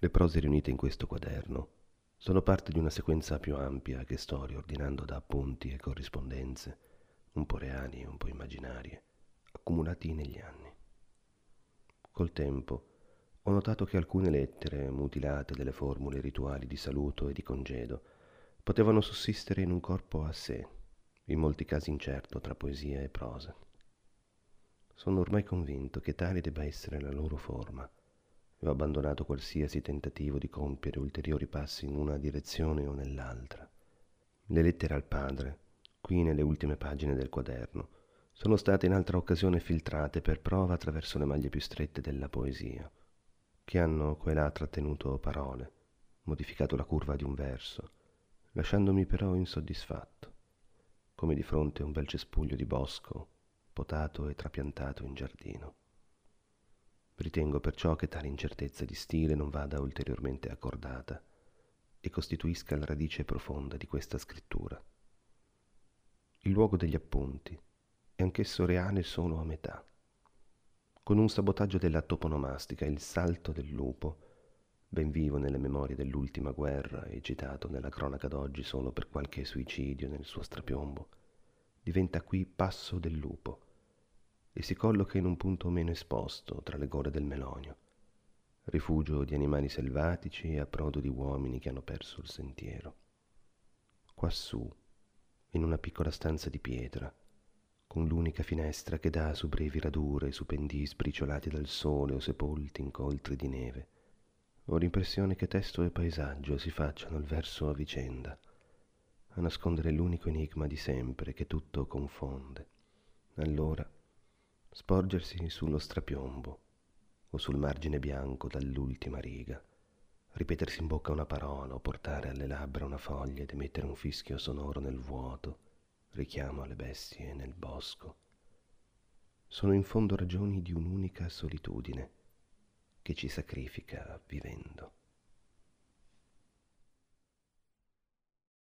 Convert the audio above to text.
Le prose riunite in questo quaderno sono parte di una sequenza più ampia che sto riordinando da appunti e corrispondenze, un po' reali e un po' immaginarie, accumulati negli anni. Col tempo ho notato che alcune lettere, mutilate delle formule rituali di saluto e di congedo, potevano sussistere in un corpo a sé, in molti casi incerto tra poesia e prosa. Sono ormai convinto che tale debba essere la loro forma e ho abbandonato qualsiasi tentativo di compiere ulteriori passi in una direzione o nell'altra. Le lettere al padre, qui nelle ultime pagine del quaderno, sono state in altra occasione filtrate per prova attraverso le maglie più strette della poesia, che hanno qua e là trattenuto parole, modificato la curva di un verso, lasciandomi però insoddisfatto, come di fronte a un bel cespuglio di bosco, potato e trapiantato in giardino. Ritengo perciò che tale incertezza di stile non vada ulteriormente accordata e costituisca la radice profonda di questa scrittura. Il luogo degli appunti è anch'esso reale solo a metà. Con un sabotaggio della toponomastica, il salto del lupo, ben vivo nelle memorie dell'ultima guerra e citato nella cronaca d'oggi solo per qualche suicidio nel suo strapiombo, diventa qui passo del lupo e si colloca in un punto meno esposto tra le gole del Melonio, rifugio di animali selvatici e approdo di uomini che hanno perso il sentiero. Quassù, in una piccola stanza di pietra, con l'unica finestra che dà su brevi radure, su pendii sbriciolati dal sole o sepolti in coltri di neve, ho l'impressione che testo e paesaggio si facciano il verso a vicenda, a nascondere l'unico enigma di sempre che tutto confonde. Allora, sporgersi sullo strapiombo o sul margine bianco dall'ultima riga, ripetersi in bocca una parola o portare alle labbra una foglia ed emettere un fischio sonoro nel vuoto, richiamo alle bestie nel bosco, sono in fondo ragioni di un'unica solitudine che ci sacrifica vivendo.